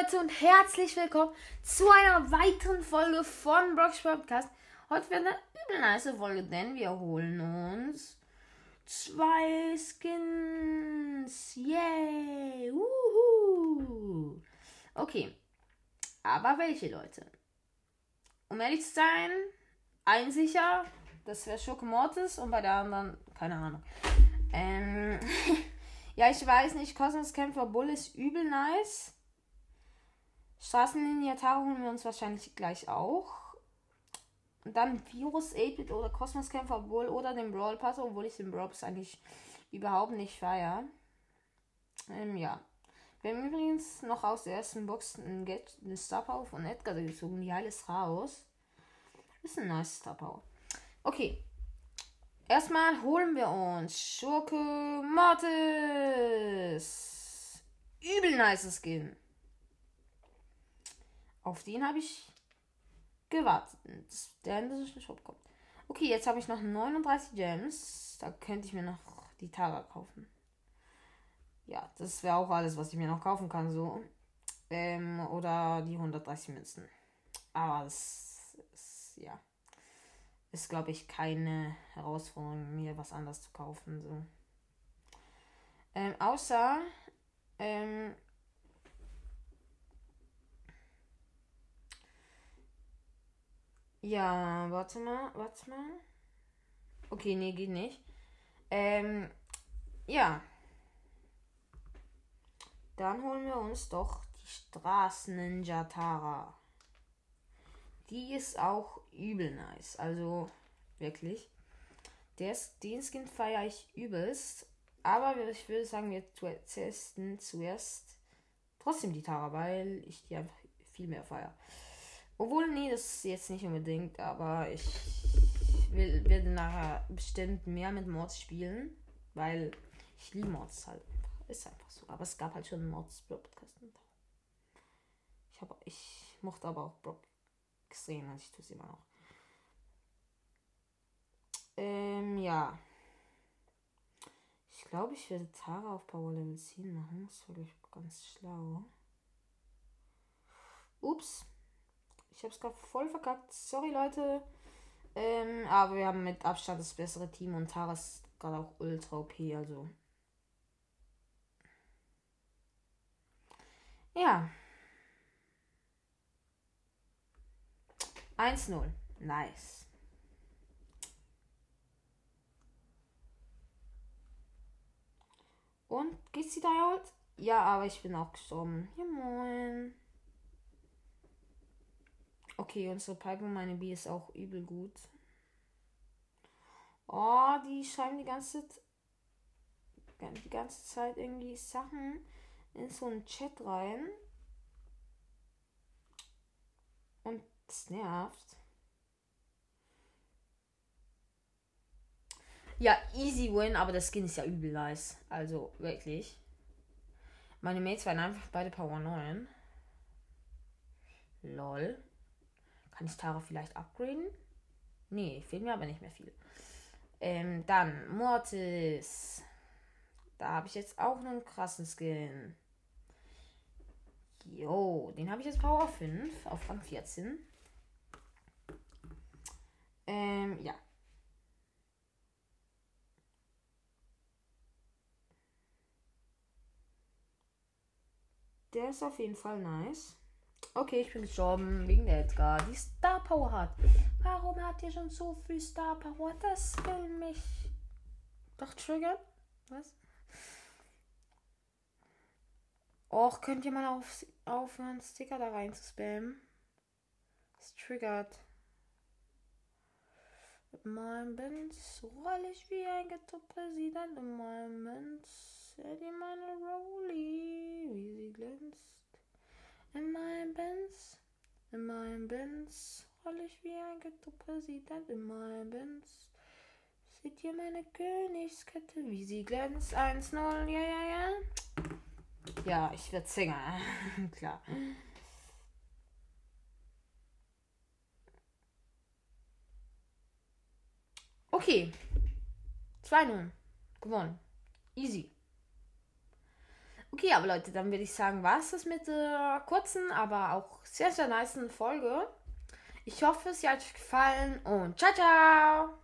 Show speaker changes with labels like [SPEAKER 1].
[SPEAKER 1] Leute und herzlich willkommen zu einer weiteren Folge von Brock's Podcast. Heute wird eine übel nice Folge, denn wir holen uns 2 Skins. Yay! Wuhu! Okay, aber welche, Leute? Um ehrlich zu sein, ein sicher, das wäre Schurke Mortis und bei der anderen, keine Ahnung. Ja, ich weiß nicht, Kosmoskämpfer Bull ist übel nice. Straßenlinie Tara holen wir uns wahrscheinlich gleich auch. Und dann Virus 8-Bit oder Kosmoskämpfer Bull oder den Brawl Pass, obwohl ich den Brawl Pass eigentlich überhaupt nicht feiere. Ja. Wir haben übrigens noch aus der ersten Box eine Star Power von Edgar gezogen. Die Heil ist raus. Ist ein nice Star Power. Okay. Erstmal holen wir uns Schurke Mortis. Übel nice Skin. Auf den habe ich gewartet, der in den Shop kommt. Okay, jetzt habe ich noch 39 Gems. Da könnte ich mir noch die Tara kaufen. Ja, das wäre auch alles, was ich mir noch kaufen kann, so. Oder die 130 Münzen. Aber das ist, ja. Ist, glaube ich, keine Herausforderung, mir was anderes zu kaufen, so. Außer, ja, warte mal. Okay, nee, geht nicht. Ja. Dann holen wir uns doch die Straßen-Ninja Tara. Die ist auch übel nice. Also, wirklich. Den Skin feiere ich übelst. Aber ich würde sagen, wir testen zuerst trotzdem die Tara, weil ich die einfach viel mehr feiere. Obwohl, nee, das ist jetzt nicht unbedingt, aber ich werde nachher bestimmt mehr mit Mods spielen, weil ich liebe Mods halt. Ist einfach so. Aber es gab halt schon einen Mods-Podcast. Ich mochte aber auch Brock extrem, also ich tue es immer noch. Ja. Ich glaube, ich werde Tara auf Power Level 10 machen. Das wäre, glaube ich, ganz schlau. Ups. Ich habe es gerade voll verkackt. Sorry, Leute. Aber wir haben mit Abstand das bessere Team und Tara ist gerade auch ultra OP, also. Ja. 1-0. Nice. Und geht's die da? Ja, aber ich bin auch gestorben. Ja, moin. Okay, unsere Piper, meine B ist auch übel gut. Oh, die schreiben die ganze Zeit irgendwie Sachen in so einen Chat rein. Und das nervt. Ja, easy win, aber das Skin ist ja übel nice. Also, wirklich. Meine Mates waren einfach beide Power 9. Lol. Kann ich Tara vielleicht upgraden? Nee, fehlt mir aber nicht mehr viel. Dann Mortis. Da habe ich jetzt auch einen krassen Skin. Jo, den habe ich jetzt Power 5 auf Rang 14. Ja. Der ist auf jeden Fall nice. Okay, ich bin gestorben wegen der Edgar, die Star Power hat. Warum hat ihr schon so viel Star Power? Das will mich doch triggern. Was? Och, könnt ihr mal aufhören, Sticker da rein zu spammen? Es triggert. Mit meinem Benz roll ich wie ein Präsident in meinem Benz. Seht ihr meine Rolli, wie sie glänzt? In meinem Benz roll ich wie ein Präsident in meinem Benz. Seht ihr meine Königskette, wie sie glänzt? 1-0, ja. Ja, ich werde Sänger. Klar. Okay. 2-0. Gewonnen. Easy. Okay, aber Leute, dann würde ich sagen, war es das mit der kurzen, aber auch sehr, sehr nice Folge. Ich hoffe, sie hat euch gefallen und ciao, ciao!